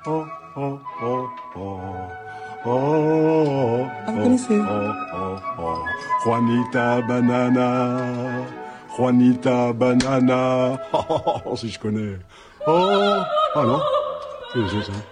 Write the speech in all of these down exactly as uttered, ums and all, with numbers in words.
oh, oh, oh, oh, oh, Ah, vous connaissez? oh, oh, oh. Juanita Banana, Juanita Banana. Oh, oh, oh, si je connais. Oh, ah non, qu'est-ce que c'est ça?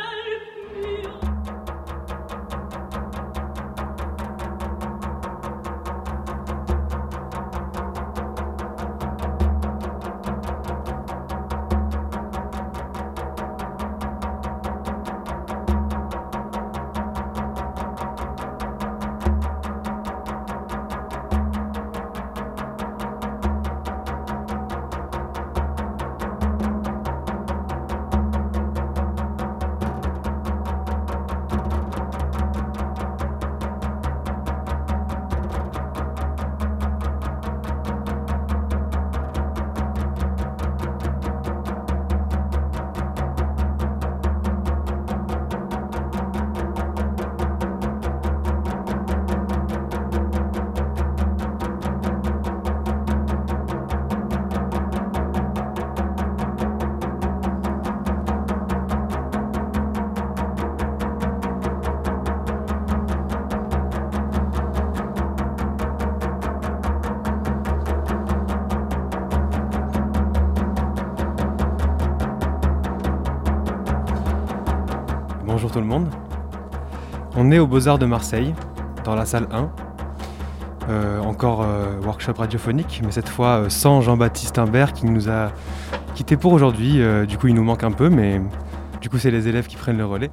Bonjour tout le monde. On est aux Beaux-Arts de Marseille, dans la salle un. Euh, encore euh, workshop radiophonique, mais cette fois euh, sans Jean-Baptiste Imbert qui nous a quittés pour aujourd'hui. Euh, du coup, il nous manque un peu, mais du coup, c'est les élèves qui prennent le relais.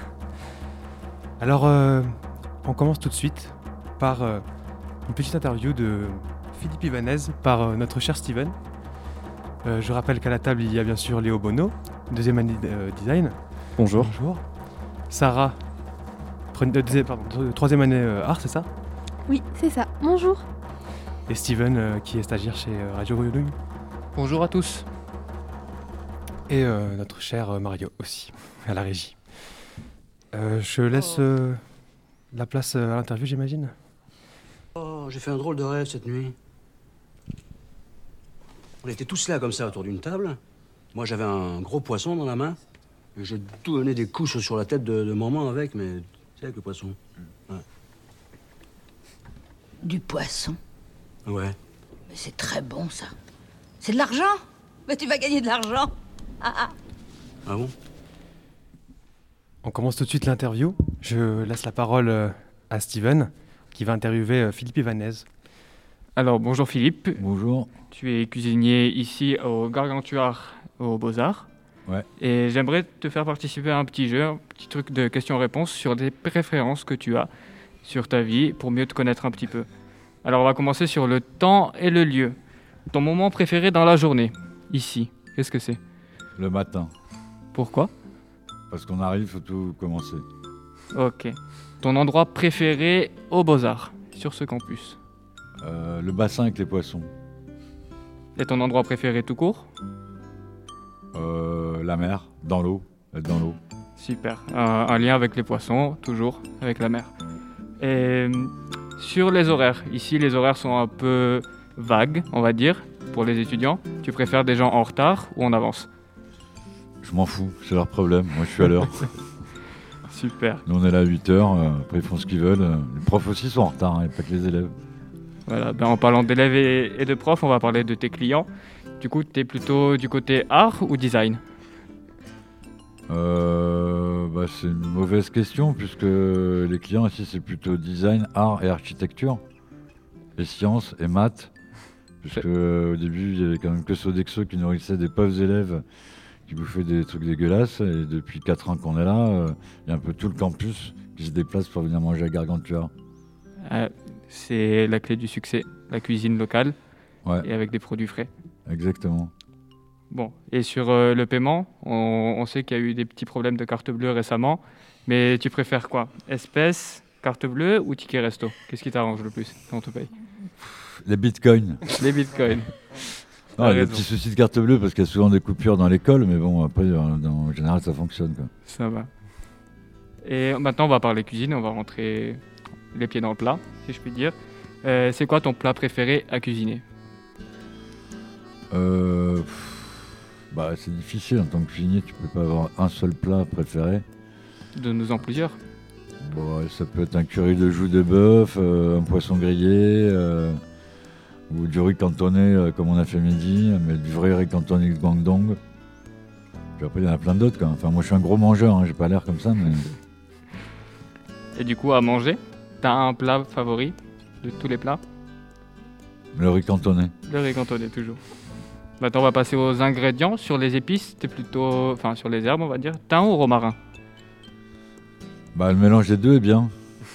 Alors, euh, on commence tout de suite par euh, une petite interview de Philippe Ibanez par euh, notre cher Steven. Euh, je rappelle qu'à la table, il y a bien sûr Léo Bono, deuxième année de euh, design. Bonjour. Bonjour. Sarah, pre- euh, deuxi- pardon, tro- troisième année euh, art, c'est ça? Oui, c'est ça. Bonjour. Et Steven, euh, qui est stagiaire chez euh, Radio Grenouille. Bonjour à tous. Et euh, notre cher euh, Mario aussi, à la régie. Euh, je laisse euh, la place euh, à l'interview, j'imagine. Oh, j'ai fait un drôle de rêve cette nuit. On était tous là comme ça autour d'une table. Moi j'avais un gros poisson dans la main. Et j'ai tout donné des couches sur la tête de, de maman avec, mais tu sais, avec le poisson. Ouais. Du poisson? Ouais. Mais c'est très bon, ça. C'est de l'argent? Mais tu vas gagner de l'argent. Ah, ah. Ah bon? On commence tout de suite l'interview. Je laisse la parole euh, à Steven, qui va interviewer euh, Philippe Ibanez. Alors, bonjour Philippe. Bonjour. Tu es cuisinier ici au Gargantua aux Beaux-Arts. Ouais. Et j'aimerais te faire participer à un petit jeu, un petit truc de questions-réponses sur des préférences que tu as sur ta vie pour mieux te connaître un petit peu. Alors, on va commencer sur le temps et le lieu. Ton moment préféré dans la journée, ici, qu'est-ce que c'est? Le matin. Pourquoi? Parce qu'on arrive, faut tout commencer. Ok. Ton endroit préféré aux Beaux-Arts, sur ce campus? Euh, le bassin avec les poissons. Et ton endroit préféré tout court? Euh, la mer, dans l'eau, être dans l'eau. Super. Un, un lien avec les poissons, toujours, avec la mer. Et sur les horaires, ici les horaires sont un peu vagues, on va dire, pour les étudiants. Tu préfères des gens en retard ou en avance? Je m'en fous, c'est leur problème. Moi, je suis à l'heure. Super. Nous, on est là à huit heures, euh, après ils font ce qu'ils veulent. Euh, Les profs aussi sont en retard, hein, pas que les élèves. Voilà, ben en parlant d'élèves et, et de profs, on va parler de tes clients. Du coup, tu es plutôt du côté art ou design? Euh, bah, c'est une mauvaise question, puisque les clients ici, c'est plutôt design, art et architecture. Et sciences et maths. Puisque euh, au début, il y avait quand même que Sodexo qui nourrissait des pauvres élèves qui bouffaient des trucs dégueulasses. Et depuis quatre ans qu'on est là, euh, il y a un peu tout le campus qui se déplace pour venir manger à Gargantua. Euh, c'est la clé du succès, la cuisine locale Ouais. et avec des produits frais. Exactement. Bon, et sur euh, le paiement, on, on sait qu'il y a eu des petits problèmes de carte bleue récemment, mais tu préfères quoi? Espèces, carte bleue ou ticket resto? Qu'est-ce qui t'arrange le plus quand on te paye? Les bitcoins. Les bitcoins. Non, il y a des petits soucis de carte bleue parce qu'il y a souvent des coupures dans l'école, mais bon, après, en, en général, ça fonctionne, quoi. Ça va. Et maintenant, on va parler cuisine, on va rentrer les pieds dans le plat, si je puis dire. Euh, c'est quoi ton plat préféré à cuisiner? Euh, pff, Bah, c'est difficile en tant que cuisinier, tu peux pas avoir un seul plat préféré. Donne-nous en plusieurs. Bon, ouais, ça peut être un curry de joues de bœuf, euh, un poisson grillé, euh, ou du riz cantonné euh, comme on a fait midi, mais du vrai riz cantonné de Guangdong. Puis après, il y en a plein d'autres. Quoi. Enfin, moi, je suis un gros mangeur, hein, j'ai pas l'air comme ça, mais. Et du coup, à manger, t'as un plat favori de tous les plats? Le riz cantonné. Le riz cantonné, toujours. Maintenant, on va passer aux ingrédients. Sur les épices, t'es plutôt... Enfin, sur les herbes, on va dire. Thym ou romarin? Bah, le mélange des deux est bien.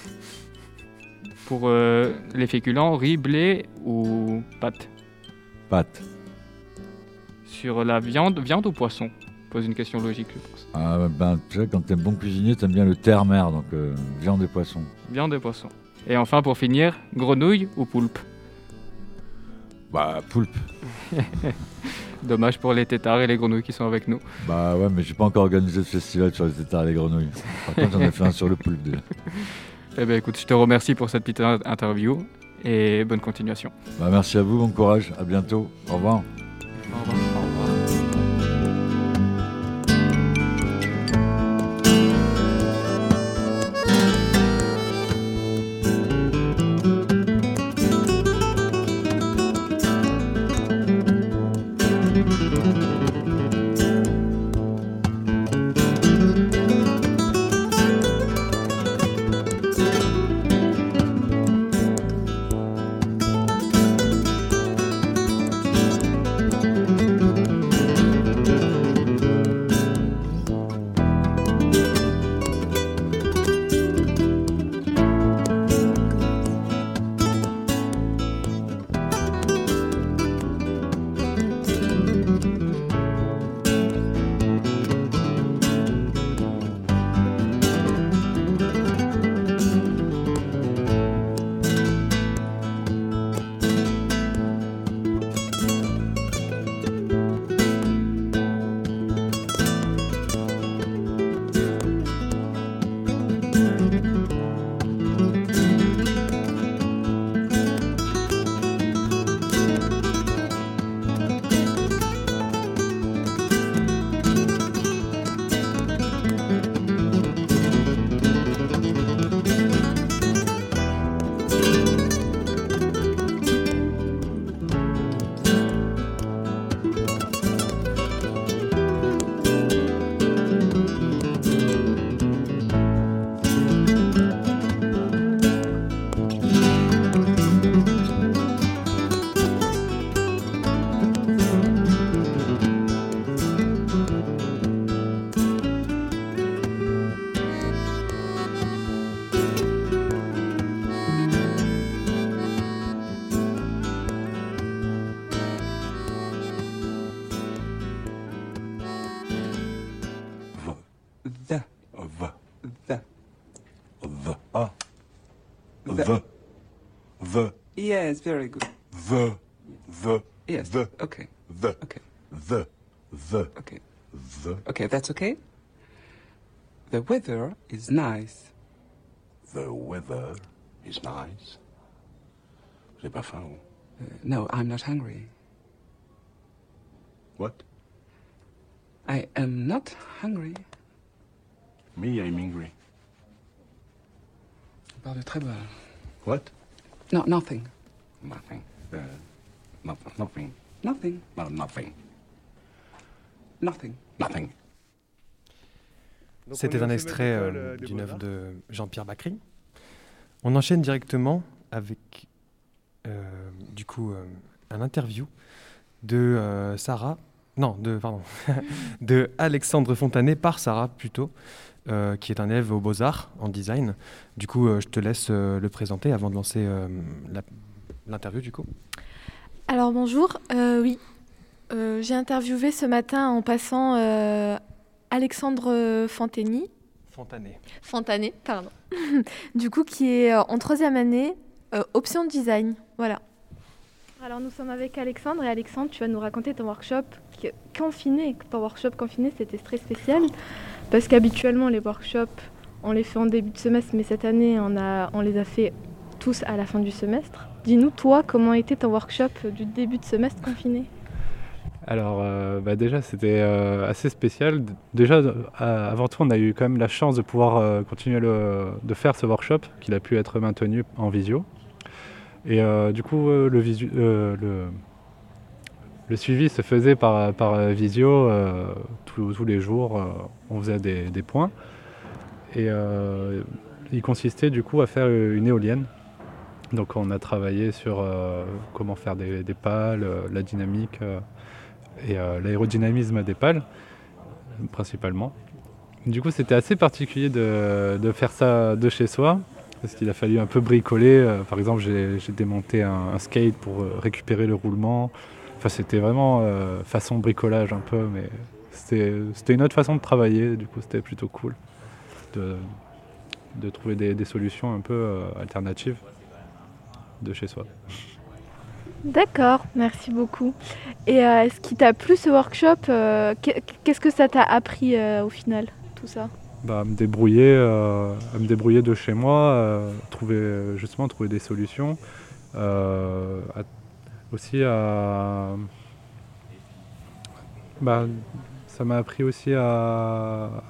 Pour euh, les féculents, riz, blé ou pâte? Pâte. Sur la viande, viande ou poisson? Pose une question logique, je pense. Ah, ben, tu sais, quand t'es bon cuisinier, t'aimes bien le terre-mer, donc euh, viande et poisson. Viande et poisson. Et enfin, pour finir, grenouille ou poulpe? Bah, poulpe. Dommage pour les têtards et les grenouilles qui sont avec nous. Bah ouais, mais j'ai pas encore organisé de festival sur les têtards et les grenouilles. Par contre, j'en ai fait un sur le poulpe déjà. Eh ben écoute, je te remercie pour cette petite in- interview et bonne continuation. Bah, merci à vous, bon courage, à bientôt. Au revoir. Au revoir. Au revoir. The. The. The. The. Ah. The. The. Yes, very good. The. The. Yes. The. Okay. The. Okay. The. The. Okay. The. Okay, that's okay. The weather is nice. The weather is nice. J'ai pas faim. ou- Uh, no, I'm not hungry. What? I am not hungry. Me, I'm angry. Je parle très bas. What? No, nothing. Nothing. Uh, nothing. Nothing. Nothing. No, nothing. Nothing. Nothing. C'était un extrait euh, d'une œuvre de Jean-Pierre Bacry. On enchaîne directement avec euh, du coup euh, un interview de euh, Sarah, non, de pardon, de Alexandre Fontanet par Sarah plutôt, euh, qui est un élève aux Beaux-Arts en design. Du coup, euh, je te laisse euh, le présenter avant de lancer euh, la- l'interview du coup. Alors bonjour, euh, oui, Euh, j'ai interviewé ce matin en passant euh, Alexandre Fontanet, Fontanet. Fontanet, pardon, du coup qui est euh, en troisième année, euh, option design, voilà. Alors nous sommes avec Alexandre et Alexandre, tu vas nous raconter ton workshop qui- confiné. Ton workshop confiné, c'était très spécial parce qu'habituellement les workshops, on les fait en début de semestre, mais cette année on, a, on les a fait tous à la fin du semestre. Dis-nous toi, comment était ton workshop du début de semestre confiné? Alors, euh, bah déjà, c'était euh, assez spécial. D- Déjà, euh, avant tout, on a eu quand même la chance de pouvoir euh, continuer le, de faire ce workshop, qu'il a pu être maintenu en visio. Et euh, du coup, euh, le, visu- euh, le, le suivi se faisait par, par euh, visio euh, tous tous les jours. Euh, on faisait des, des points. Et euh, il consistait du coup à faire une éolienne. Donc, on a travaillé sur euh, comment faire des, des pales, euh, la dynamique. euh, et euh, l'aérodynamisme des pales, principalement. Du coup, c'était assez particulier de, de faire ça de chez soi, parce qu'il a fallu un peu bricoler. Euh, par exemple, j'ai j'ai démonté un, un skate pour euh, récupérer le roulement. Enfin, c'était vraiment euh, façon bricolage un peu, mais c'était c'était une autre façon de travailler. Du coup, c'était plutôt cool de, de trouver des, des solutions un peu euh, alternatives de chez soi. D'accord, merci beaucoup. Et euh, est-ce qu'il t'a plu ce workshop euh, qu'est- Qu'est-ce que ça t'a appris euh, au final, tout ça? Bah, à me débrouiller, euh, à me débrouiller de chez moi, euh, trouver justement trouver des solutions, euh, à- aussi à, bah, ça m'a appris aussi à, à-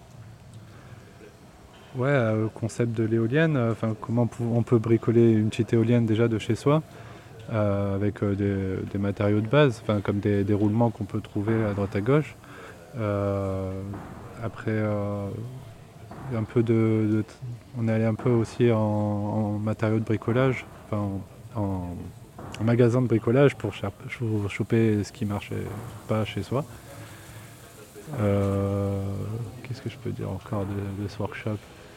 ouais, au concept de l'éolienne, euh, enfin comment pou- on peut bricoler une petite éolienne déjà de chez soi, euh, avec euh, des, des matériaux de base, enfin comme des, des roulements qu'on peut trouver à droite à gauche. Euh, après. euh, un peu de, de- on est allé un peu aussi en, en matériaux de bricolage, enfin en, en- en magasin de bricolage pour cher- cho- choper ce qui marchait pas chez soi. Euh, Qu'est-ce que je peux dire encore de, de ce workshop?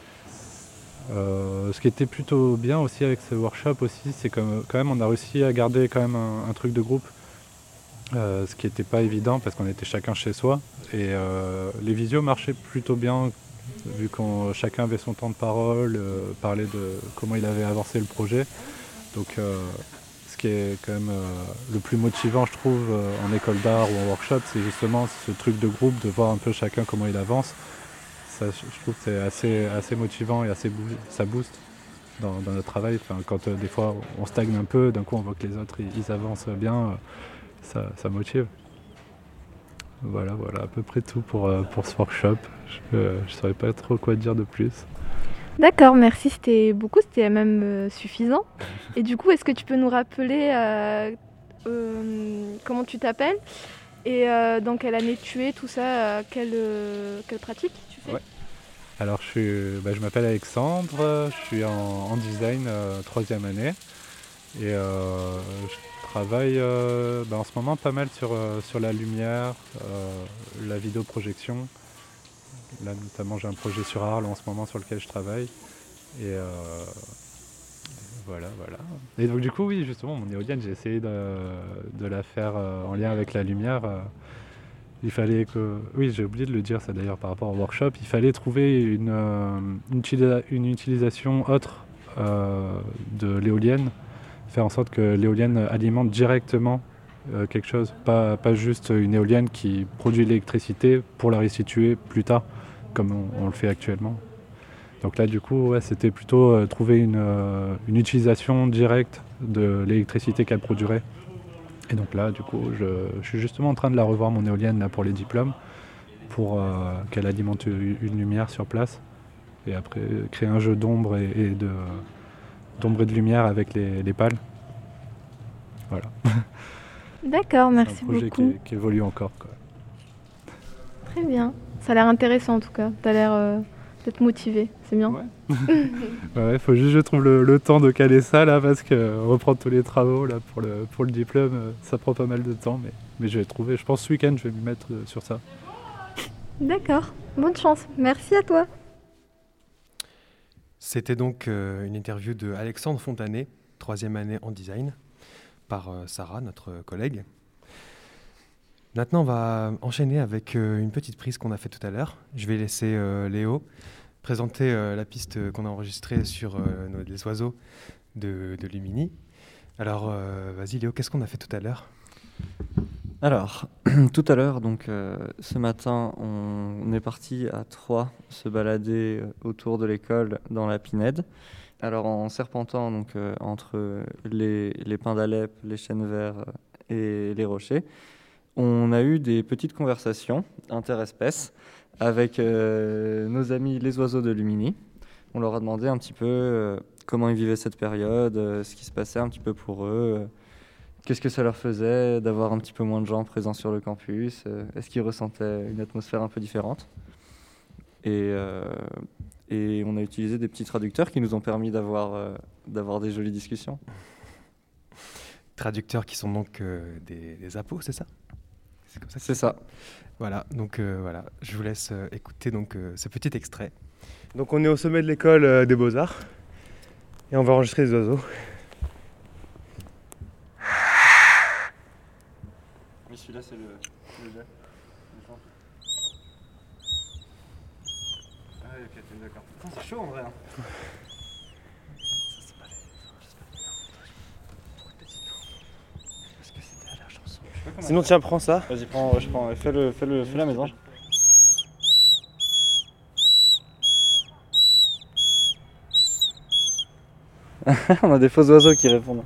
Euh, ce qui était plutôt bien aussi avec ce workshop aussi, c'est que quand même on a réussi à garder quand même un, un truc de groupe, euh, ce qui n'était pas évident parce qu'on était chacun chez soi. Et euh, les visios marchaient plutôt bien vu que chacun avait son temps de parole, euh, parlait de comment il avait avancé le projet. Donc euh, ce qui est quand même euh, le plus motivant je trouve euh, en école d'art ou en workshop, c'est justement ce truc de groupe, de voir un peu chacun comment il avance. Ça, je trouve que c'est assez, assez motivant et assez boo- ça booste dans, dans notre travail. Enfin, quand euh, des fois on stagne un peu, d'un coup on voit que les autres ils, ils avancent bien, euh, ça, ça motive. Voilà, voilà, à peu près tout pour, euh, pour ce workshop. Je ne saurais pas trop quoi dire de plus. D'accord, merci, c'était beaucoup, c'était même euh, suffisant. Et du coup, est-ce que tu peux nous rappeler euh, euh, comment tu t'appelles et euh, dans quelle année tu es, tout ça, euh, quelle, euh, quelle pratique tu fais? Ouais. Alors, je, suis, bah, je m'appelle Alexandre, je suis en, en design euh, troisième année et euh, je travaille euh, bah, en ce moment pas mal sur, euh, sur la lumière, euh, la vidéoprojection. Là, notamment, j'ai un projet sur Arles en ce moment sur lequel je travaille. Et euh, voilà, voilà. Et donc, du coup, oui, justement, mon éolienne, j'ai essayé de, de la faire euh, en lien avec la lumière. euh, Il fallait que... Oui, j'ai oublié de le dire ça d'ailleurs par rapport au workshop. Il fallait trouver une, euh, une, utilisa- une utilisation autre euh, de l'éolienne. Faire en sorte que l'éolienne alimente directement euh, quelque chose. Pas, pas juste une éolienne qui produit l'électricité pour la restituer plus tard, comme on, on le fait actuellement. Donc là, du coup, ouais, c'était plutôt euh, trouver une, euh, une utilisation directe de l'électricité qu'elle produirait. Et donc là, du coup, je, je suis justement en train de la revoir, mon éolienne, là, pour les diplômes, pour euh, qu'elle alimente une, une lumière sur place. Et après, créer un jeu d'ombre et, et de, d'ombre et de lumière avec les, les pales. Voilà. D'accord, merci C'est un projet beaucoup. qui, qui évolue encore, quoi. Très bien, ça a l'air intéressant en tout cas, tu as l'air euh, d'être motivé, c'est bien. Ouais. Ouais, il faut juste que je trouve le, le temps de caler ça, là, parce que reprendre tous les travaux, là, pour le, pour le diplôme, euh, ça prend pas mal de temps, mais, mais je vais trouver. Je pense ce week-end, je vais m'y mettre euh, sur ça. D'accord, bonne chance, merci à toi. C'était donc euh, une interview de Alexandre Fontanet, troisième année en design, par euh, Sarah, notre collègue. Maintenant, on va enchaîner avec euh, une petite prise qu'on a fait tout à l'heure. Je vais laisser euh, Léo présenter euh, la piste qu'on a enregistrée sur euh, nos, les oiseaux de, de Lumini. Alors, euh, vas-y Léo, qu'est-ce qu'on a fait tout à l'heure ? Alors, tout à l'heure, donc euh, ce matin, on, on est parti à trois se balader euh, autour de l'école dans la Pinède. Alors en serpentant donc euh, entre les, les pins d'Alep, les chênes verts euh, et les rochers, on a eu des petites conversations interespèces avec euh, nos amis les oiseaux de Lumini. On leur a demandé un petit peu euh, comment ils vivaient cette période, euh, ce qui se passait un petit peu pour eux, euh, qu'est-ce que ça leur faisait d'avoir un petit peu moins de gens présents sur le campus, euh, est-ce qu'ils ressentaient une atmosphère un peu différente. Et, euh, et on a utilisé des petits traducteurs qui nous ont permis d'avoir, euh, d'avoir des jolies discussions. Traducteurs qui sont donc euh, des, des apos, c'est ça? C'est comme ça. C'est ça. Voilà, donc euh, voilà, je vous laisse euh, écouter donc euh, ce petit extrait. Donc on est au sommet de l'école euh, des Beaux-Arts et on va enregistrer des oiseaux. Oui, celui-là c'est le, le jet. Ah oui, ok, d'accord. Putain, c'est chaud en vrai. Hein. Sinon tiens, prends ça. Vas-y, prends, je prends, fais-le, fais-le, fais la maison. On a des faux oiseaux qui répondent.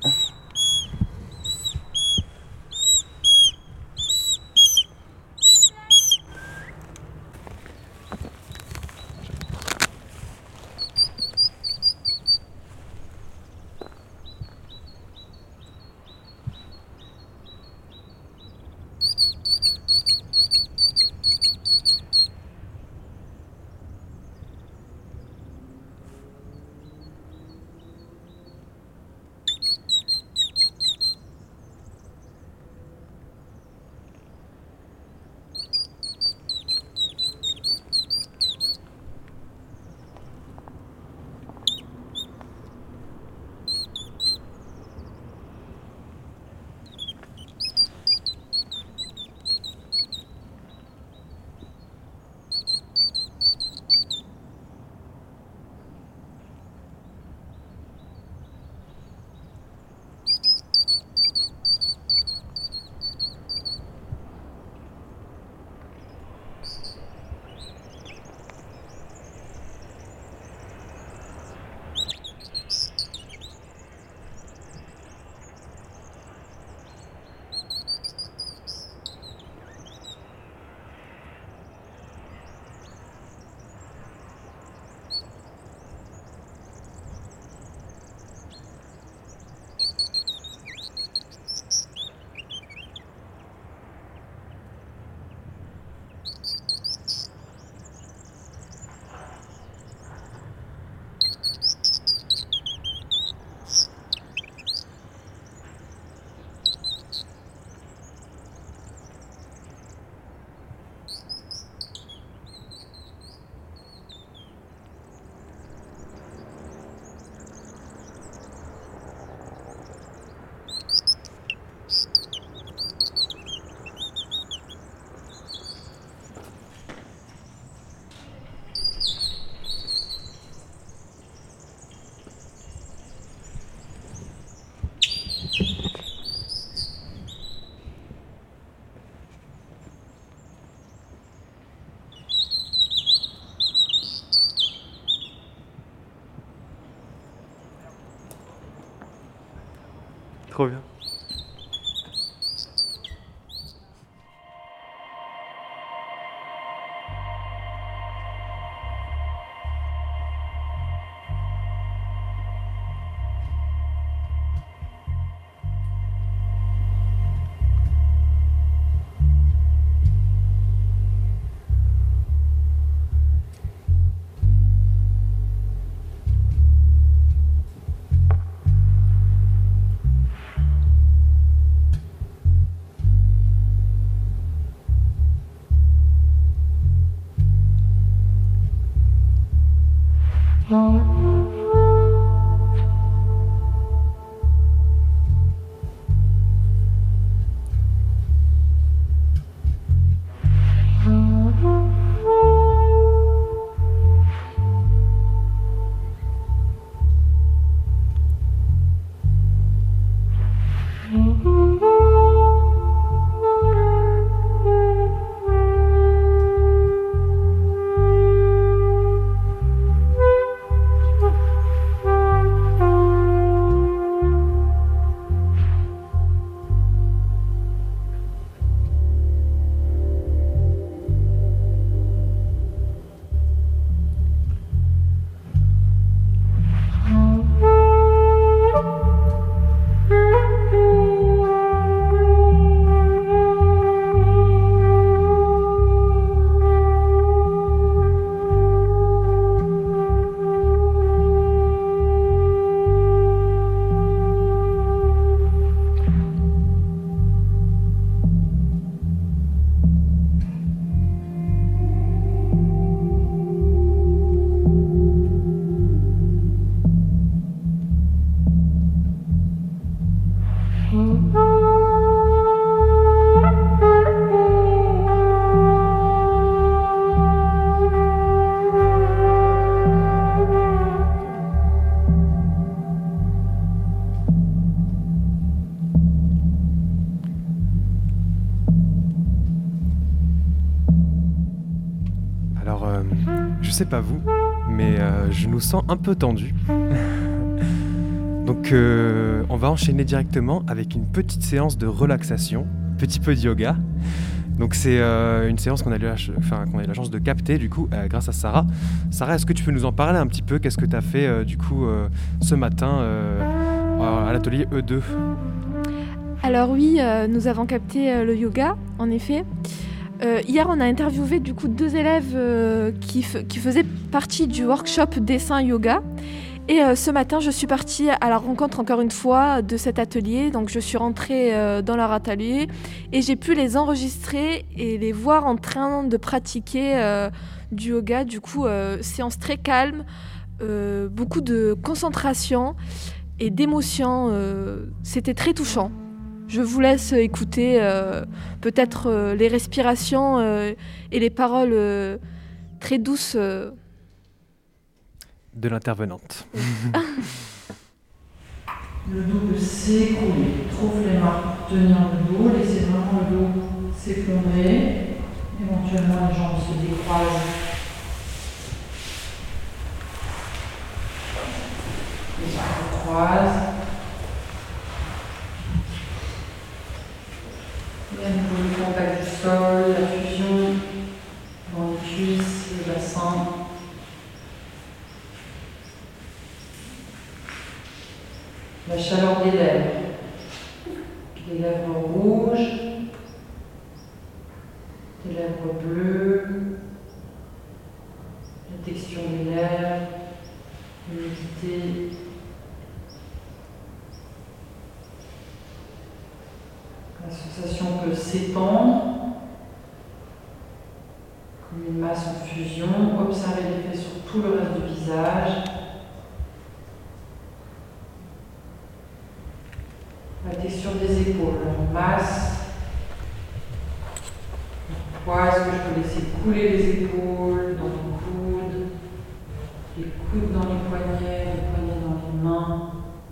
Trop bien. Alors, euh, je sais pas vous, mais euh, je nous sens un peu tendus. Donc, euh, on va enchaîner directement avec une petite séance de relaxation, petit peu de yoga. Donc, c'est euh, une séance qu'on a, eu la, enfin, qu'on a eu la chance de capter, du coup, euh, grâce à Sarah. Sarah, est-ce que tu peux nous en parler un petit peu? Qu'est-ce que tu as fait, euh, du coup, euh, ce matin euh, à l'atelier E deux? Alors oui, euh, nous avons capté euh, le yoga, en effet. Euh, hier, on a interviewé du coup deux élèves euh, qui, f- qui faisaient partie du workshop dessin yoga. Et euh, ce matin, je suis partie à la rencontre encore une fois de cet atelier. Donc je suis rentrée euh, dans leur atelier et j'ai pu les enregistrer et les voir en train de pratiquer euh, du yoga. Du coup, euh, séance très calme, euh, beaucoup de concentration et d'émotion. Euh, c'était très touchant. Je vous laisse écouter euh, peut-être euh, les respirations euh, et les paroles euh, très douces. Euh. De l'intervenante. Le dos peut s'écrouler. Trouve les mains pour tenir le dos. Laissez vraiment le dos s'effondrer. Éventuellement, les jambes se décroisent. Les jambes se croisent. Et à nouveau le contact du sol, la fusion dans les cuisses, le bassin. La chaleur des lèvres. Des lèvres rouges, des lèvres bleues, la texture des lèvres, l'humidité. La sensation peut s'étendre comme une masse en fusion. Observez l'effet sur tout le reste du visage. La texture des épaules, en masse. Le poids, est-ce que je peux laisser couler les épaules dans les coudes, les coudes dans les poignets, les poignets dans les mains.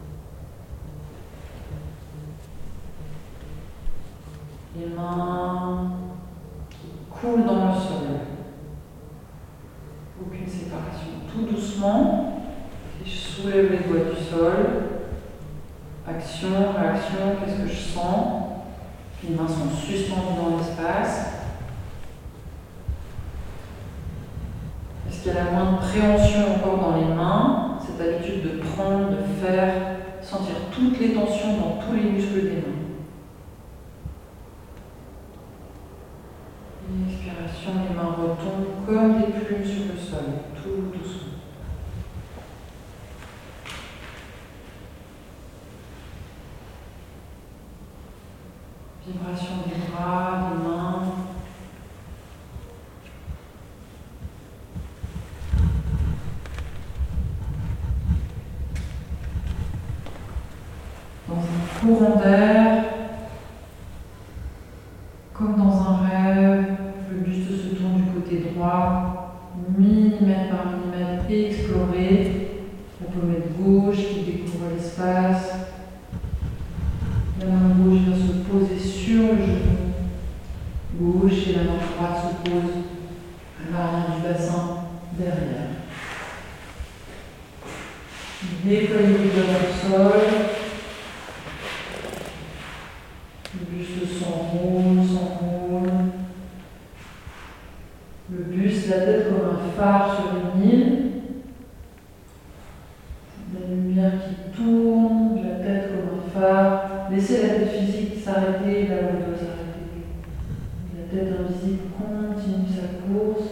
Les mains qui coulent dans le sol. Aucune séparation. Tout doucement. Et je soulève les doigts du sol. Action, réaction, qu'est-ce que je sens? Les mains sont suspendues dans l'espace. Est-ce qu'il y a la moindre préhension encore dans les mains? Cette habitude de prendre, de faire, sentir toutes les tensions dans tous les muscles des mains. Une expiration, les mains retombent comme des plumes sur le sol, tout doucement. Vibration des bras, des mains. Dans un courant d'air, comme dans un rêve, le buste se tourne du côté droit, millimètre par millimètre, et explorer la pommette gauche qui découvre l'espace. La main gauche vient se poser sur le genou gauche et la main droite se pose à l'arrière du bassin derrière. Déployez les doigts au sol. Le buste s'enroule, s'enroule. Le buste, la tête comme un phare sur une île. La lumière qui tourne, la tête comme un phare. Laissez la tête physique s'arrêter là où elle doit s'arrêter. La tête invisible continue sa course.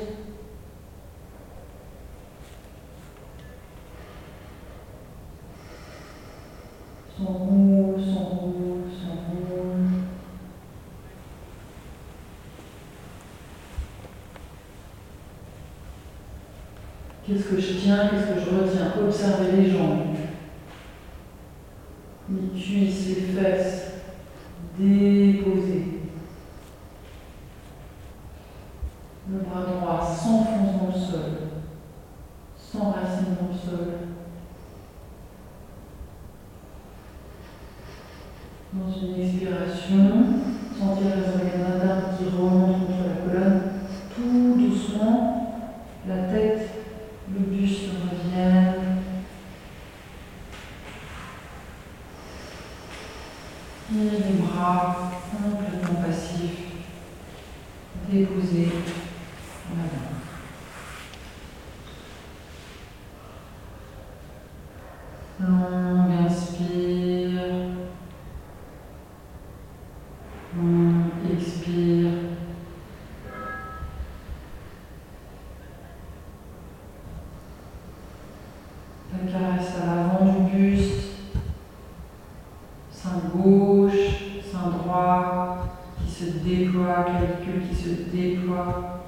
S'enroule, s'enroule, s'enroule. Qu'est-ce que je tiens, qu'est-ce que je retiens? Observez les jambes. Les cuisses, les fesses, déposées. Le bras droit s'enfonce dans le sol, s'enracine dans le sol. Dans une expiration, sentir les organes internes qui remontent contre la colonne, tout doucement. déposer. Voilà. Longue inspire. Longue expire. La caresse à l'avant du buste. Sein gauche, sein droit qui se déploie, clavicule qui se déploie.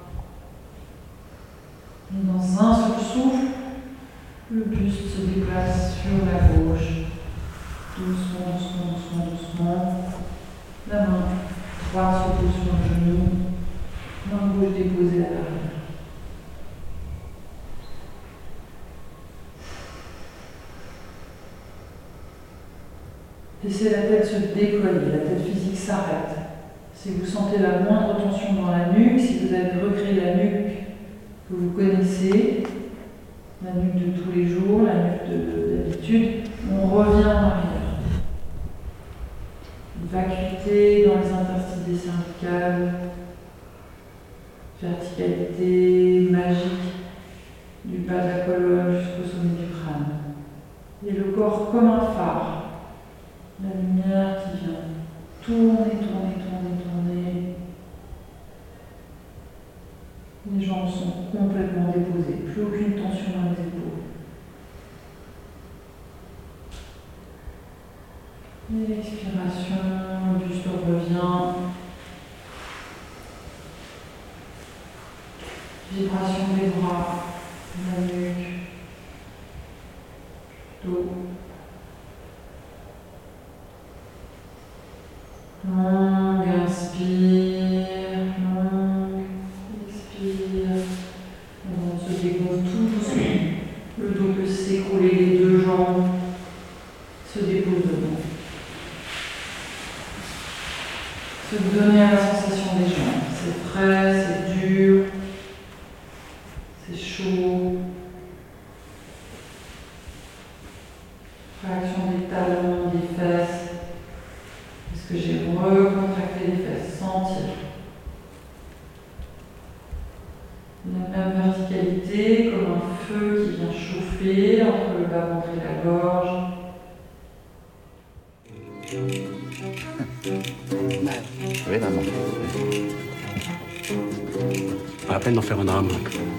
Et dans un seul souffle, le buste se déplace sur la gauche. Doucement, doucement, doucement, doucement. La main droite se pose sur le genou. Main gauche déposée à l'arrière. Laissez la tête se déployer, la tête physique s'arrête. Si vous sentez la moindre tension dans la nuque, si vous avez recréé la nuque que vous connaissez, la nuque de tous les jours, la nuque de- d'habitude, on revient en arrière. Vacuité dans les interstices des cervicales, verticalité magique du bas de la colonne jusqu'au sommet du crâne. Et le corps comme un phare. La lumière qui vient tourner, tourner, tourner, tourner. Les jambes sont complètement déposées, plus aucune tension dans les épaules. Et l'expiration, le buste revient. Vibration des bras, la nuque, dos. Longue inspire, longue expire. On se dépose tout doucement. Le dos peut s'écrouler, les deux jambes se déposent devant. Se donner à la sensation des jambes. C'est frais, c'est dur, c'est chaud. Réaction des talons, des fesses. Est-ce que j'ai recontracté les fesses? Sentir. La même verticalité, comme un feu qui vient chauffer entre le bas-ventre et la gorge. Oui, maman. Pas la peine d'en faire un drame.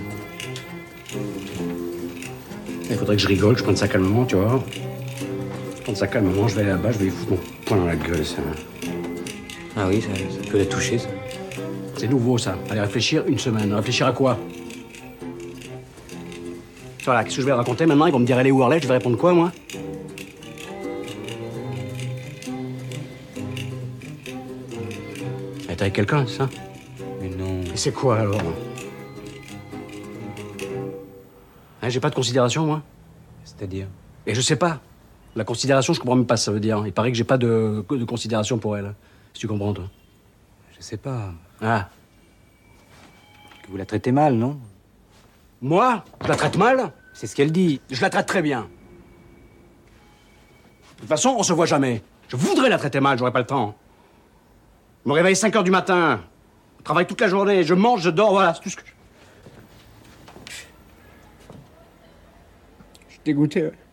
Il faudrait que je rigole, je prenne ça calmement, tu vois. Je prends ça calmement, je vais aller là-bas, je vais lui foutre mon poing dans la gueule, ça. Ah oui, ça, ça peut la toucher, ça. C'est nouveau, ça. Allez réfléchir une semaine. Réfléchir à quoi? Voilà, qu'est-ce que je vais raconter maintenant? Ils vont me dire, elle est où, Arlette? Je vais répondre quoi, moi? Elle est avec quelqu'un, c'est ça? Mais non. Et c'est quoi, alors? Hein, j'ai pas de considération, moi? C'est-à-dire? Et je sais pas. La considération, je comprends même pas ce que ça veut dire. Il paraît que j'ai pas de, de considération pour elle. Si tu comprends, toi. Je sais pas. Ah. Que vous la traitez mal, non? Moi? Je la traite mal? C'est ce qu'elle dit. Je la traite très bien. De toute façon, on se voit jamais. Je voudrais la traiter mal, j'aurais pas le temps. Je me réveille cinq heures du matin. Je travaille toute la journée. Je mange, je dors, voilà, c'est tout ce que je... Je suis dégoûté. Ouais.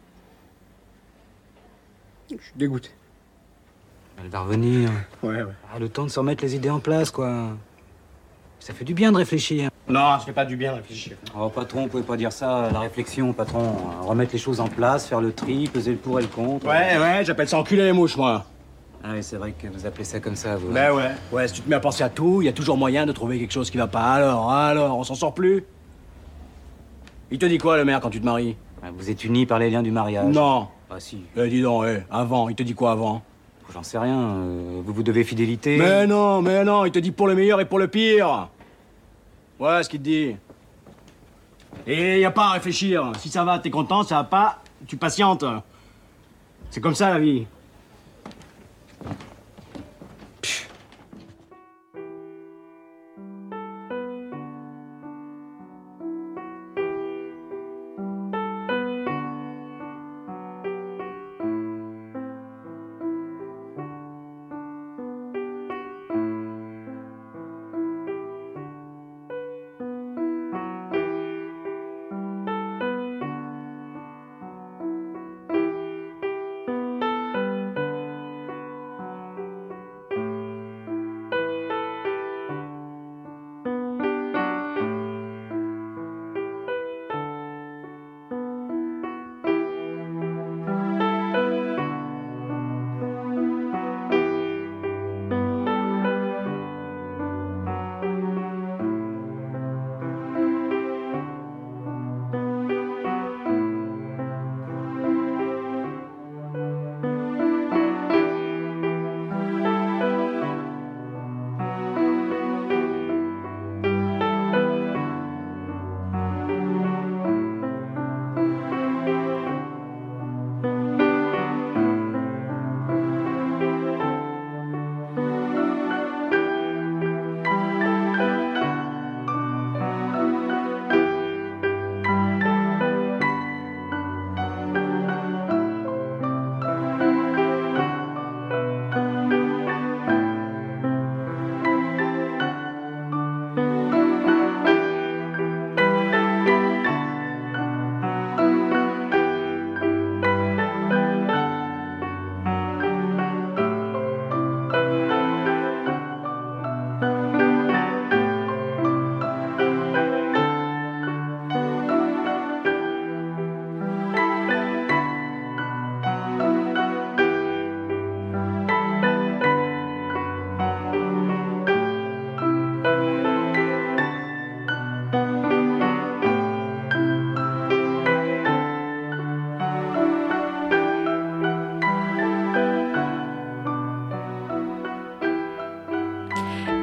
Je suis dégoûté. Elle va revenir. Ouais, ouais. Ah, le temps de se remettre les idées en place, quoi. Ça fait du bien de réfléchir. Non, ça fait pas du bien de réfléchir. Oh, patron, vous pouvez pas dire ça. La réflexion, patron. Remettre les choses en place, faire le tri, peser le pour et le contre. Ouais, ouais, j'appelle ça enculer les mouches, moi. Ah oui, c'est vrai que vous appelez ça comme ça, vous. Ben ouais. Ouais, si tu te mets à penser à tout, il y a toujours moyen de trouver quelque chose qui va pas. Alors, alors, on s'en sort plus. Il te dit quoi, le maire, quand tu te maries? Vous êtes unis par les liens du mariage. Non. Ah si. Eh, dis donc, eh, avant, il te dit quoi avant? J'en sais rien. euh, vous vous devez fidélité. Mais non, mais non, il te dit pour le meilleur et pour le pire. Ouais, ce qu'il te dit. Et y a pas à réfléchir. Si ça va, t'es content, ça va pas, tu patientes. C'est comme ça, la vie.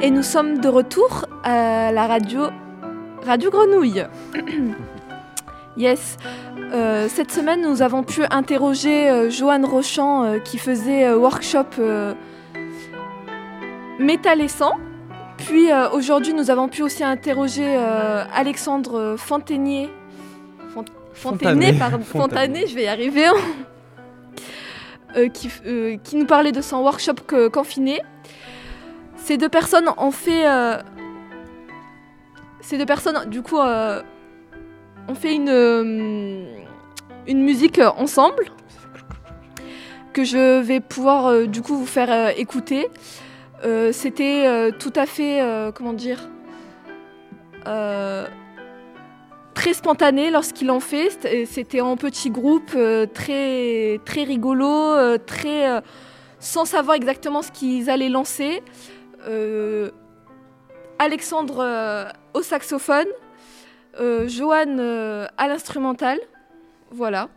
Et nous sommes de retour à la radio, radio Grenouille. Yes. Euh, cette semaine, nous avons pu interroger euh, Joanne Rochant euh, qui faisait euh, workshop euh, métal et sang. Puis euh, aujourd'hui, nous avons pu aussi interroger euh, Alexandre Fontainier. Font- Fontanet, pardon. Fontanet, je vais y arriver. euh, qui, euh, qui nous parlait de son workshop que, confiné. Ces deux personnes ont fait... Euh, ces deux personnes, du coup... Euh, On fait une, euh, une musique ensemble que je vais pouvoir euh, du coup vous faire euh, écouter. Euh, c'était euh, tout à fait, euh, comment dire, euh, très spontané lorsqu'ils l'ont fait. C'était, c'était en petit groupe, euh, très, très rigolo, euh, très, euh, sans savoir exactement ce qu'ils allaient lancer. Euh, Alexandre euh, au saxophone. Euh, Joanne euh, à l'instrumental. Voilà.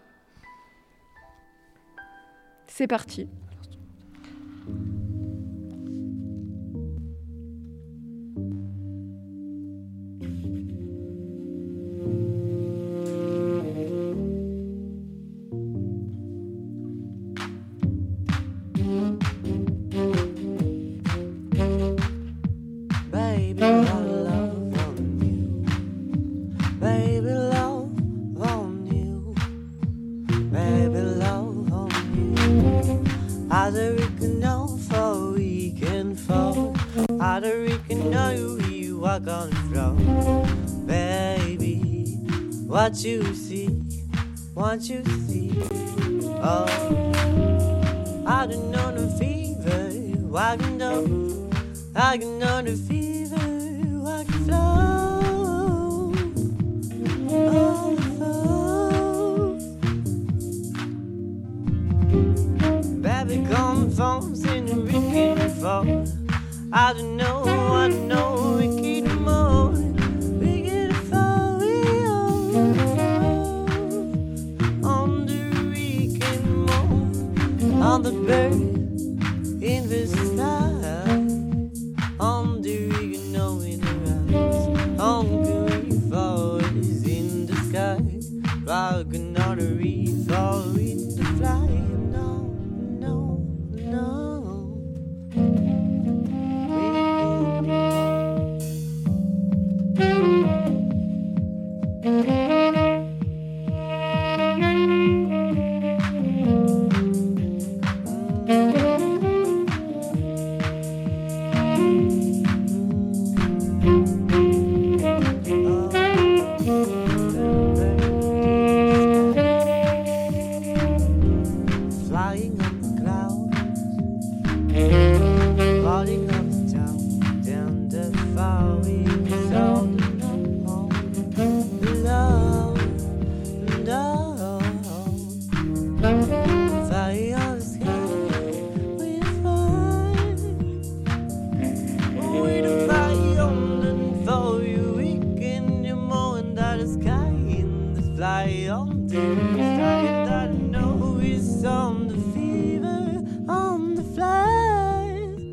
C'est parti. Baby, I love on you. Baby, love on you. Baby, love on you. Either we can know for we can fall. Either we can know we walk on the floor. Baby, what you see, what you see. Oh, I don't know the fever, I can know, I can know the fever, I can flow. Oh, oh. Baby, come from Saint Ricky fall. I don't know, I don't know, we keep them all. We get a fall, we all on the weekend moon, on the bird in the sky, on the weekend know in the rise, on the fall is in the sky, rocking on the reef, fall in the fly, no, no, no. Flying on the clouds, falling off the town, down the far we saw the home, love, love. Fly on the sky, we fly, we the fly on the for you, we can do more than the sky in the fly on the sky, and I know it's on the fever, on the fly.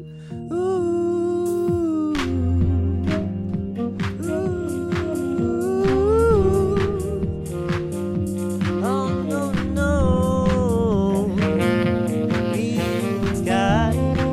Ooh, ooh. Oh no, no, in the sky,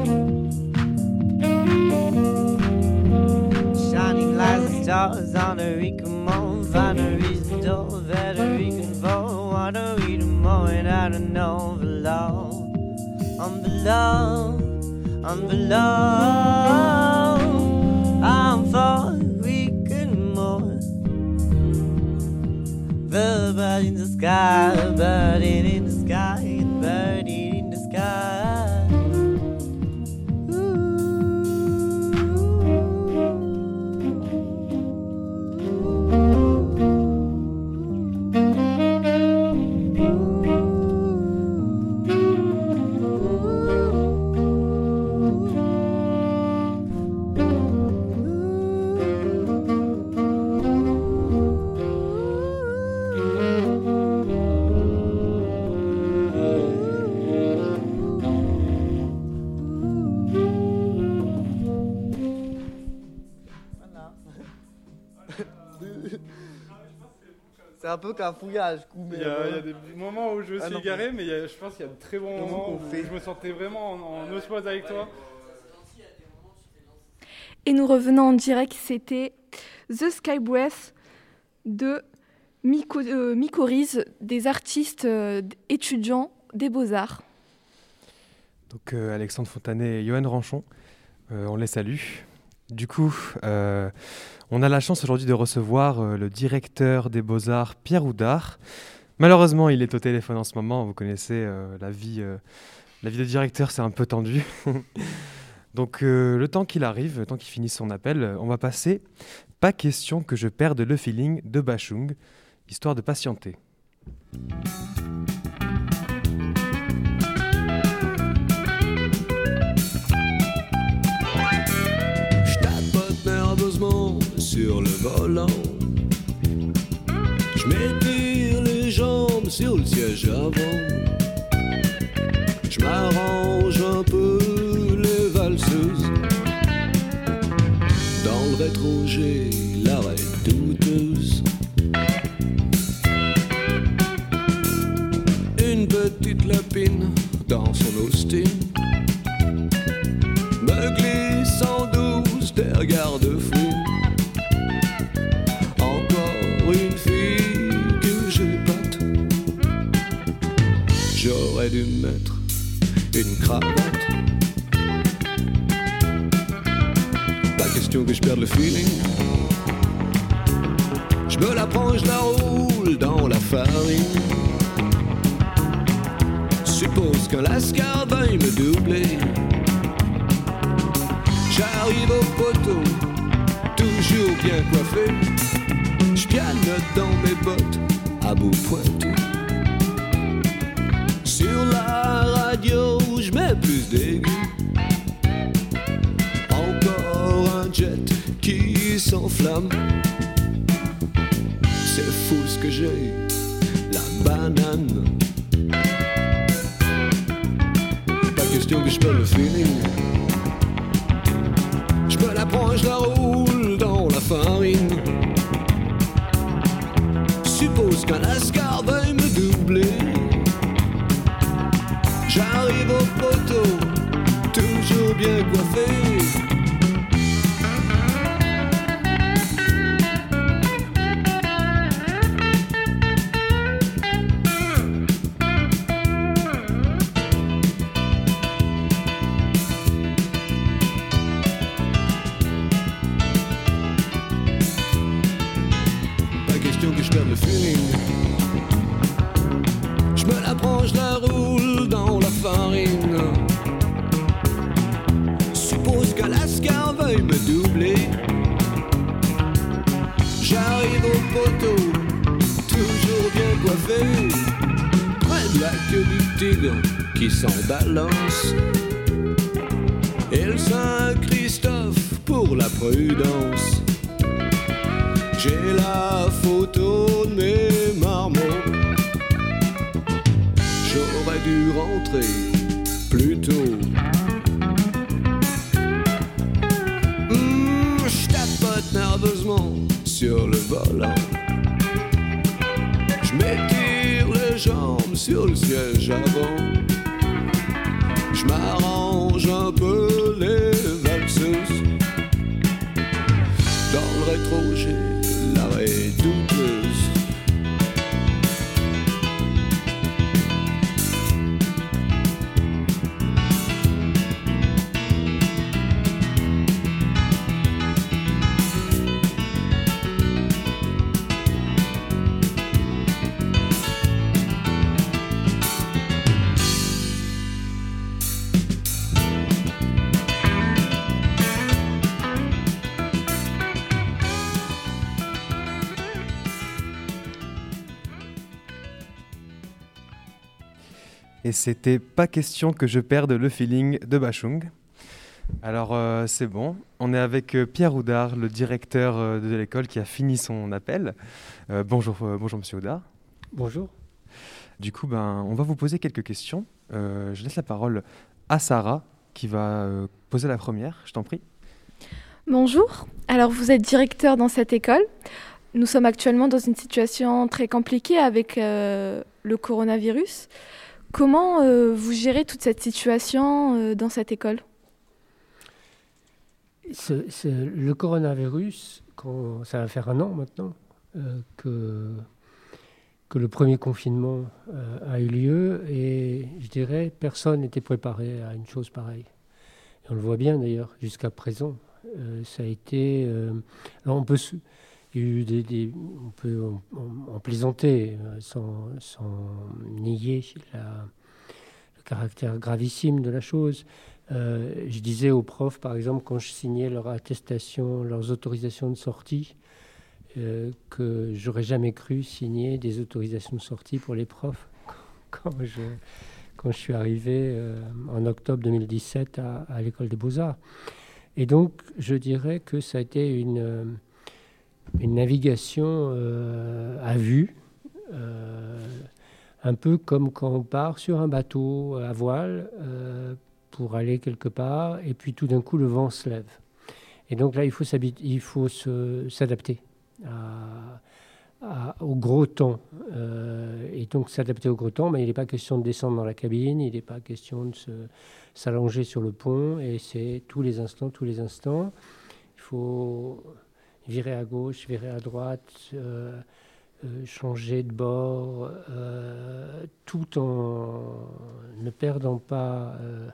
shining like the stars on a weekend moon, find a reason to better we can fall. Wanna read them more and I don't know below. I'm below, I'm below. I'm for a weekend more. The bird in the sky, birding in the sky, birding in the sky. C'est un peu qu'un fouillage. Coup, mais Il y, a, euh, il y a des moments où je me Ah suis non. égaré, mais il y a- je pense qu'il y a de très bons Donc, moments on où fait. je me sentais vraiment en, en osmose avec toi. Et nous revenons en direct, c'était The Sky Breath de Myco, euh, Mycorrhize, des artistes euh, étudiants des Beaux-Arts. Donc euh, Alexandre Fontanet et Johan Ranchon, euh, on les salue. Du coup, euh, on a la chance aujourd'hui de recevoir euh, le directeur des Beaux-Arts, Pierre Houdard. Malheureusement, il est au téléphone en ce moment. Vous connaissez euh, la vie, euh, la vie de directeur, c'est un peu tendu. Donc euh, le temps qu'il arrive, le temps qu'il finisse son appel, euh, on va passer « Pas question que je perde le feeling » de Bachung, histoire de patienter. Je tapote nerveusement sur le volant. Je m'étire les jambes sur le siège avant. Je m'arrange un peu les valseuses. Dans le rétro, j'ai l'arrêt douteuse. Une petite lapine dans son Austin me glisse en douce des regards de fou. Encore une fille que j'épate. J'aurais dû mettre une cravate. Pas question que je perde le feeling. Je me la prends, je la roule dans la farine. Suppose qu'un lascar veuille me doubler. J'arrive au poteau, toujours bien coiffé. Je pianote dans mes bottes, à bout pointu. Sur la radio, je mets plus d'aigus. Encore un jet qui s'enflamme. C'est fou ce que j'ai, la banane. Pas question que je perde le feeling. Je me la prends, je la roule dans la farine. Suppose qu'un lascar veuille me doubler. J'arrive au poteau, toujours bien coiffé. Pas question que je perde le feeling. Je me la prends, je la roule dans la farine. Suppose qu'un lascar veuille me doubler. J'arrive au poteau, toujours bien coiffé. Près de la queue du tigre qui s'en balance. Et le Saint-Christophe pour la prudence. J'ai la photo de mes marmots. J'aurais dû rentrer plus tôt. Mmh, je tapote nerveusement sur le volant. Je m'étire les jambes sur le siège avant. Je m'arrange un peu les valseuses. Dans le rétro, j'ai l'arrêt douteuse. Et c'était pas question que je perde le feeling de Bachung. Alors euh, c'est bon, on est avec euh, Pierre Houdard, le directeur euh, de l'école qui a fini son appel. Euh, bonjour, euh, bonjour Monsieur Houdard. Bonjour. Du coup, ben, on va vous poser quelques questions. Euh, je laisse la parole à Sarah qui va euh, poser la première, je t'en prie. Bonjour, alors vous êtes directeur dans cette école. Nous sommes actuellement dans une situation très compliquée avec euh, le coronavirus. Comment euh, vous gérez toute cette situation euh, dans cette école ? C'est, c'est le coronavirus, quand, ça va faire un an maintenant euh, que, que le premier confinement euh, a eu lieu et je dirais personne n'était préparé à une chose pareille. Et on le voit bien d'ailleurs jusqu'à présent. Euh, ça a été... Euh, alors on peut... Il y a eu des, des, on peut en, en, en plaisanter euh, sans, sans nier la, le caractère gravissime de la chose. Euh, je disais aux profs, par exemple, quand je signais leur attestation, leurs autorisations de sortie, euh, que j'aurais jamais cru signer des autorisations de sortie pour les profs quand je, quand je suis arrivé euh, en octobre deux mille dix-sept à, à l'école des Beaux-Arts. Et donc, je dirais que ça a été une, une navigation euh, à vue, euh, un peu comme quand on part sur un bateau à voile, euh, pour aller quelque part, et puis tout d'un coup, le vent se lève. Et donc là, il faut, il faut se, s'adapter à, à, au gros temps. Euh, et donc, s'adapter au gros temps, mais il n'est pas question de descendre dans la cabine, il n'est pas question de se, s'allonger sur le pont, et c'est tous les instants, tous les instants. Il faut virer à gauche, virer à droite, euh, euh, changer de bord, euh, tout en ne perdant pas... Euh,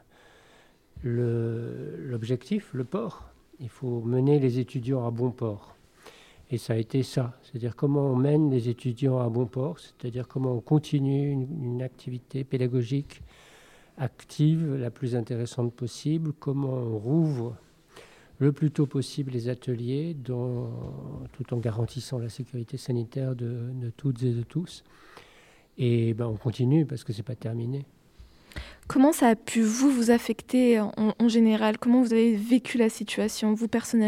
Le, l'objectif, le port. Il faut mener les étudiants à bon port. Et ça a été ça. C'est-à-dire comment on mène les étudiants à bon port, c'est-à-dire comment on continue une, une activité pédagogique active, la plus intéressante possible, comment on rouvre le plus tôt possible les ateliers, dans, tout en garantissant la sécurité sanitaire de, de toutes et de tous. Et ben, on continue parce que ce n'est pas terminé. Comment ça a pu vous, vous affecter en, en général ? Comment vous avez vécu la situation, vous personnellement ?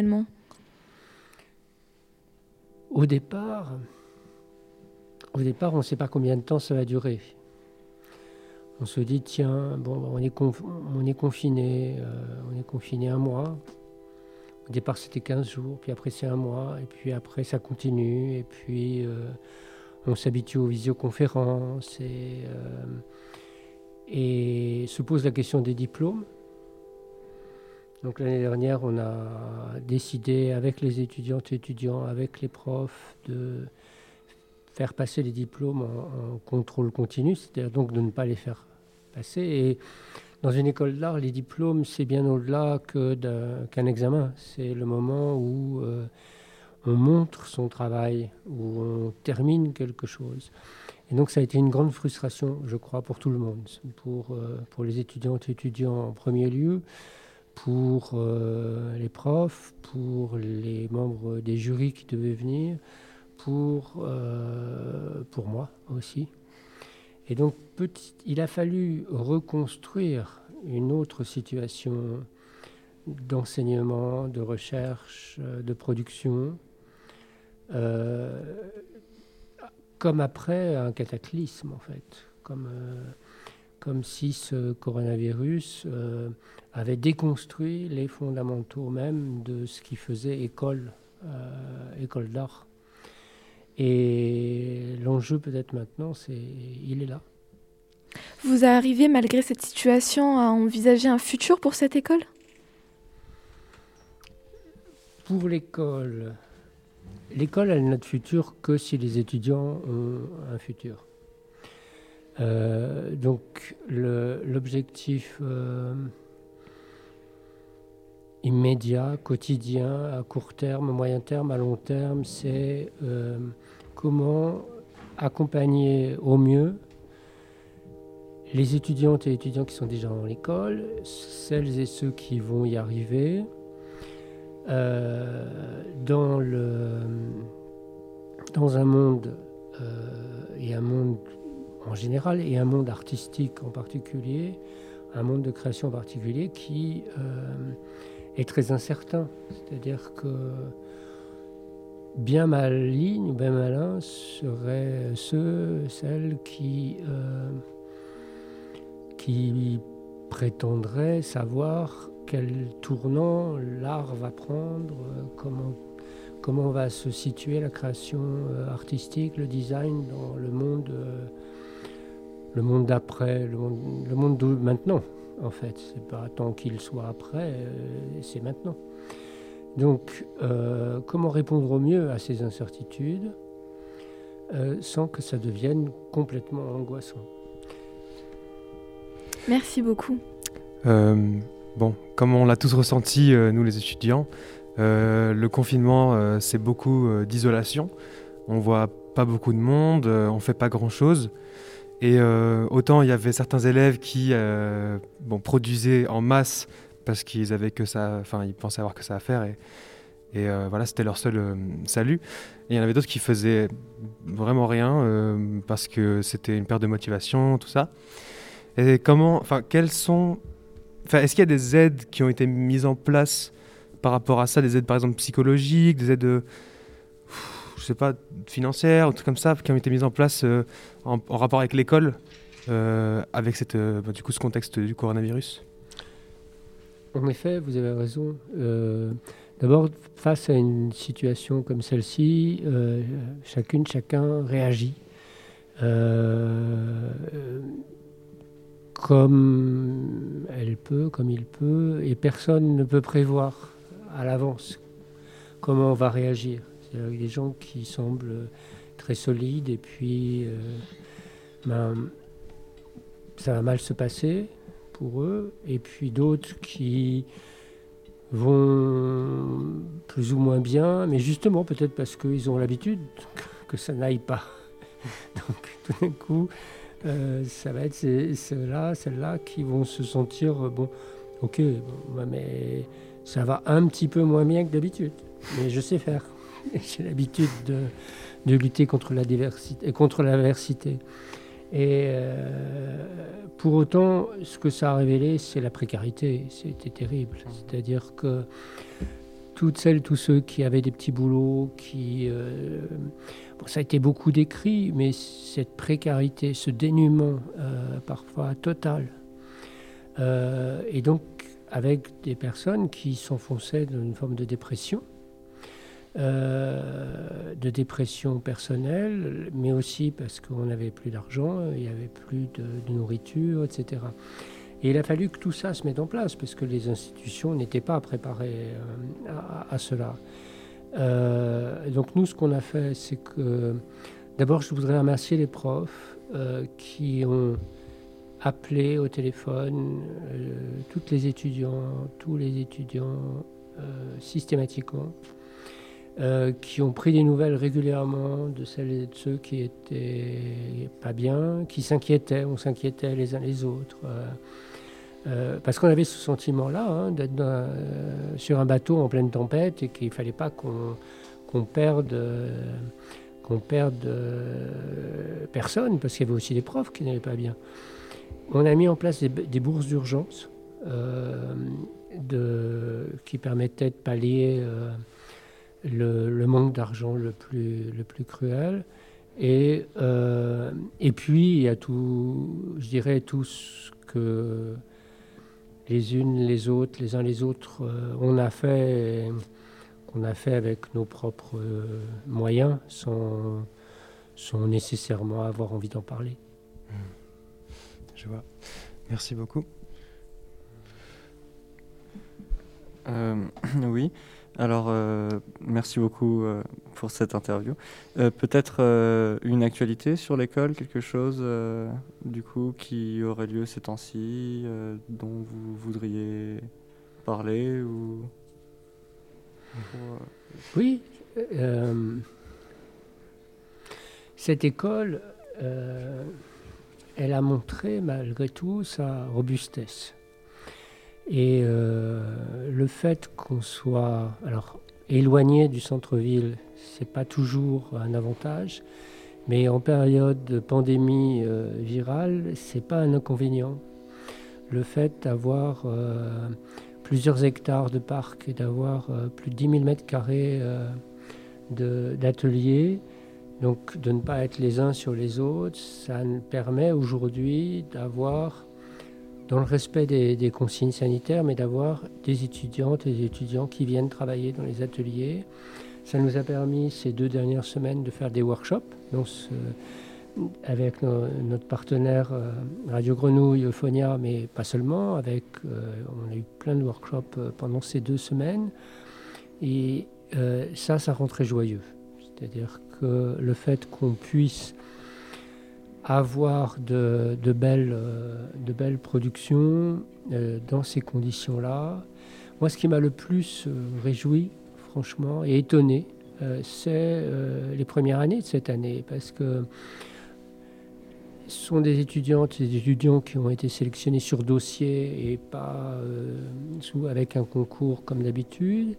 Au départ, au départ, on ne sait pas combien de temps ça va durer. On se dit, tiens, bon, on est, conf- on est confiné, euh, on est confiné un mois. Au départ, c'était quinze jours, puis après, c'est un mois, et puis après, ça continue, et puis euh, on s'habitue aux visioconférences, et... Euh, Et se pose la question des diplômes. Donc l'année dernière, on a décidé avec les étudiantes et étudiants, avec les profs, de faire passer les diplômes en, en contrôle continu, c'est-à-dire donc de ne pas les faire passer. Et dans une école d'art, les diplômes, c'est bien au-delà que d'un, qu'un examen. C'est le moment où euh, on montre son travail, où on termine quelque chose. Et donc ça a été une grande frustration, je crois, pour tout le monde, pour, euh, pour les étudiantes et étudiants en premier lieu, pour euh, les profs, pour les membres des jurys qui devaient venir, pour, euh, pour moi aussi. Et donc petit, il a fallu reconstruire une autre situation d'enseignement, de recherche, de production, euh, comme après un cataclysme en fait, comme, euh, comme si ce coronavirus euh, avait déconstruit les fondamentaux même de ce qui faisait école, euh, école d'art. Et l'enjeu peut-être maintenant, c'est, il est là. Vous arrivez malgré cette situation à envisager un futur pour cette école ? Pour l'école, l'école elle n'a de futur que si les étudiants ont un futur. Euh, donc le, l'objectif euh, immédiat, quotidien, à court terme, moyen terme, à long terme, c'est euh, comment accompagner au mieux les étudiantes et étudiants qui sont déjà dans l'école, celles et ceux qui vont y arriver, euh, dans, le, dans un monde, euh, et un monde en général, et un monde artistique en particulier, un monde de création en particulier qui euh, est très incertain. C'est-à-dire que bien malignes, bien malins seraient ceux, celles qui... Euh, qui prétendraient savoir quel tournant l'art va prendre, euh, comment, comment va se situer la création euh, artistique, le design dans le monde, euh, le monde d'après, le monde, le monde de maintenant, en fait. C'est pas tant qu'il soit après, euh, c'est maintenant. Donc, euh, comment répondre au mieux à ces incertitudes euh, sans que ça devienne complètement angoissant? Merci beaucoup. Euh, bon, comme on l'a tous ressenti, euh, nous les étudiants, euh, le confinement, euh, c'est beaucoup euh, d'isolation. On voit pas beaucoup de monde, euh, on fait pas grand-chose. Et euh, autant il y avait certains élèves qui euh, bon, produisaient en masse parce qu'ils avaient que ça, enfin ils pensaient avoir que ça à faire et, et euh, voilà, c'était leur seul euh, salut. Et il y en avait d'autres qui faisaient vraiment rien euh, parce que c'était une perte de motivation, tout ça. Et comment, enfin, quelles sont, enfin, est-ce qu'il y a des aides qui ont été mises en place par rapport à ça, des aides par exemple psychologiques, des aides, euh, je sais pas, financières, ou trucs comme ça, qui ont été mises en place euh, en, en rapport avec l'école, euh, avec cette, euh, bah, du coup, ce contexte du coronavirus? En effet, vous avez raison. Euh, D'abord, face à une situation comme celle-ci, euh, chacune, chacun réagit. Euh, comme elle peut, comme il peut, et personne ne peut prévoir à l'avance comment on va réagir. C'est des gens qui semblent très solides et puis euh, ben, ça va mal se passer pour eux, et puis d'autres qui vont plus ou moins bien, mais justement peut-être parce qu'ils ont l'habitude que ça n'aille pas. Donc tout d'un coup, euh, ça va être ces- ceux-là, celles-là qui vont se sentir, euh, bon, ok, bon, ouais, mais ça va un petit peu moins bien que d'habitude, mais je sais faire. J'ai l'habitude de, de lutter contre la diversité, contre l'adversité. Et euh, pour autant, ce que ça a révélé, c'est la précarité. C'était terrible. C'est-à-dire que toutes celles, tous ceux qui avaient des petits boulots, qui, euh, bon, ça a été beaucoup décrit, mais cette précarité, ce dénuement euh, parfois total, euh, et donc avec des personnes qui s'enfonçaient dans une forme de dépression. Euh, de dépression personnelle, mais aussi parce qu'on n'avait plus d'argent, il n'y avait plus de, de nourriture, et cetera. Et il a fallu que tout ça se mette en place, parce que les institutions n'étaient pas préparées euh, à, à cela. Euh, donc nous, ce qu'on a fait, c'est que... D'abord, je voudrais remercier les profs euh, qui ont appelé au téléphone euh, toutes les étudiants, tous les étudiants euh, systématiquement, Euh, qui ont pris des nouvelles régulièrement de celles et de ceux qui étaient pas bien, qui s'inquiétaient, on s'inquiétait les uns les autres. Euh, euh, parce qu'on avait ce sentiment-là, hein, d'être dans, euh, sur un bateau en pleine tempête et qu'il ne fallait pas qu'on qu'on perde, euh, qu'on perde euh, personne, parce qu'il y avait aussi des profs qui n'allaient pas bien. On a mis en place des, des bourses d'urgence euh, de, qui permettaient de pallier euh, Le, le manque d'argent le plus, le plus cruel. Et, euh, et puis, il y a tout, je dirais, tout ce que les unes, les autres, les uns les autres, euh, on a fait, qu'on a fait avec nos propres euh, moyens, sans, sans nécessairement avoir envie d'en parler. Je vois. Merci beaucoup. Euh, oui. Alors, euh, merci beaucoup euh, pour cette interview. Euh, peut-être euh, une actualité sur l'école, quelque chose euh, du coup qui aurait lieu ces temps-ci, euh, dont vous voudriez parler ou... ou, euh, Oui. Euh, cette école, euh, elle a montré malgré tout sa robustesse. Et euh, le fait qu'on soit alors, éloigné du centre-ville, ce n'est pas toujours un avantage, mais en période de pandémie euh, virale, ce n'est pas un inconvénient. Le fait d'avoir euh, plusieurs hectares de parc et d'avoir euh, plus de dix mille mètres carrés euh, de, d'ateliers, donc de ne pas être les uns sur les autres, ça nous permet aujourd'hui d'avoir dans le respect des, des consignes sanitaires, mais d'avoir des étudiantes et des étudiants qui viennent travailler dans les ateliers. Ça nous a permis ces deux dernières semaines de faire des workshops. Donc, ce, avec no, notre partenaire euh, Radio Grenouille, Euphonia, mais pas seulement. Avec, euh, on a eu plein de workshops euh, pendant ces deux semaines. Et euh, ça, ça rend très joyeux. C'est-à-dire que le fait qu'on puisse avoir de, de, belles, euh, de belles productions euh, dans ces conditions-là. Moi, ce qui m'a le plus euh, réjoui, franchement, et étonné, euh, c'est euh, les premières années de cette année, parce que ce sont des étudiantes et des étudiants qui ont été sélectionnés sur dossier et pas euh, sous, avec un concours comme d'habitude.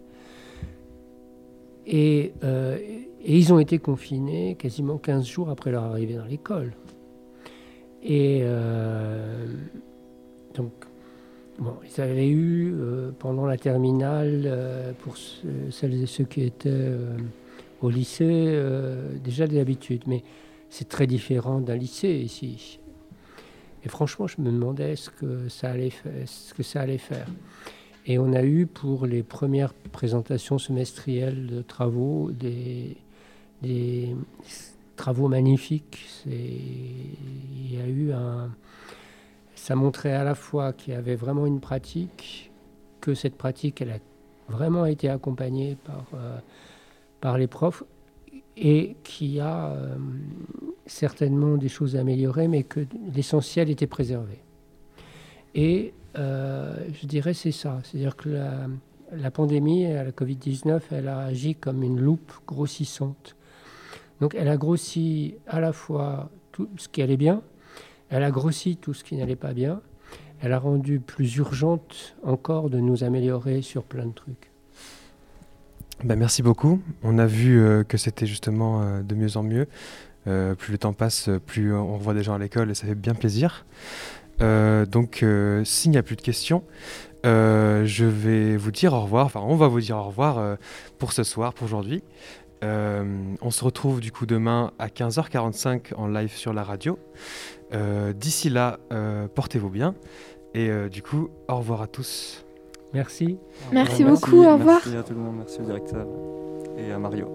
Et, euh, et ils ont été confinés quasiment quinze jours après leur arrivée dans l'école. Et euh, donc, bon, ils avaient eu euh, pendant la terminale, euh, pour ce, celles et ceux qui étaient euh, au lycée, euh, déjà des habitudes. Mais c'est très différent d'un lycée ici. Et franchement, je me demandais ce que ça allait faire, ce que ça allait faire. Et on a eu pour les premières présentations semestrielles de travaux des, des travaux magnifiques. C'est, il y a eu un, ça montrait à la fois qu'il y avait vraiment une pratique, que cette pratique elle a vraiment été accompagnée par, euh, par les profs et qu'il y a euh, certainement des choses à améliorer, mais que l'essentiel était préservé. Et euh, je dirais c'est ça, c'est-à-dire que la, la pandémie, la covid dix-neuf, elle a agi comme une loupe grossissante. Donc elle a grossi à la fois tout ce qui allait bien, elle a grossi tout ce qui n'allait pas bien, elle a rendu plus urgente encore de nous améliorer sur plein de trucs. Ben, merci beaucoup. On a vu euh, que c'était justement euh, de mieux en mieux. Euh, plus le temps passe, plus on revoit des gens à l'école et ça fait bien plaisir. Euh, donc, euh, s'il n'y a plus de questions, euh, je vais vous dire au revoir. Enfin, on va vous dire au revoir euh, pour ce soir, pour aujourd'hui. Euh, on se retrouve du coup demain à quinze heures quarante-cinq en live sur la radio. Euh, d'ici là, euh, portez-vous bien. Et euh, du coup, au revoir à tous. Merci. Merci beaucoup, au revoir. Merci à tout le monde, merci au directeur et à Mario.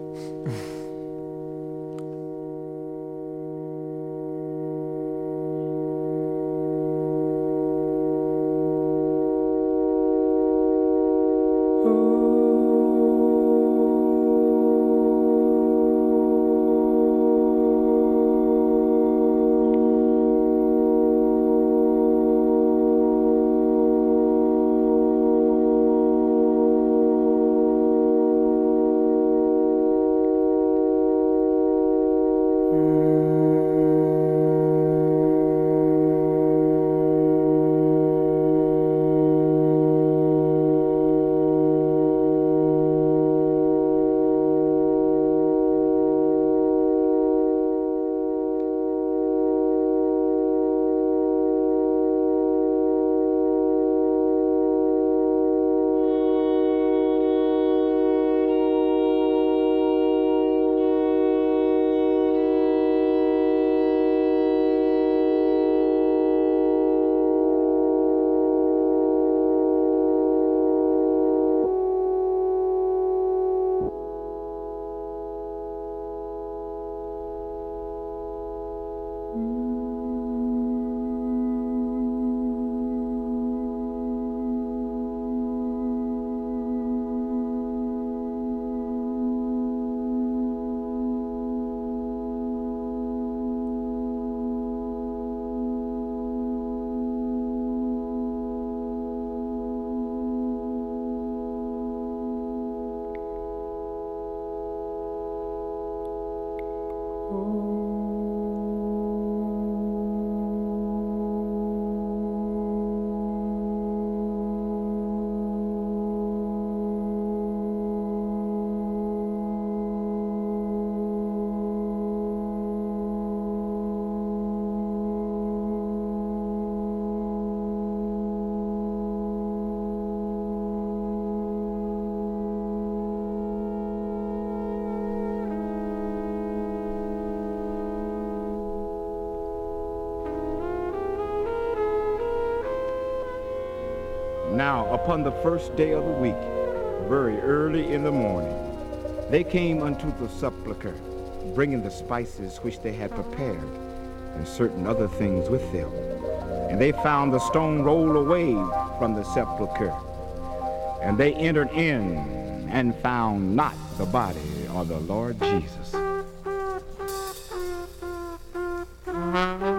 Now, upon the first day of the week, very early in the morning, they came unto the sepulchre, bringing the spices which they had prepared, and certain other things with them. And they found the stone rolled away from the sepulchre. And they entered in and found not the body of the Lord Jesus.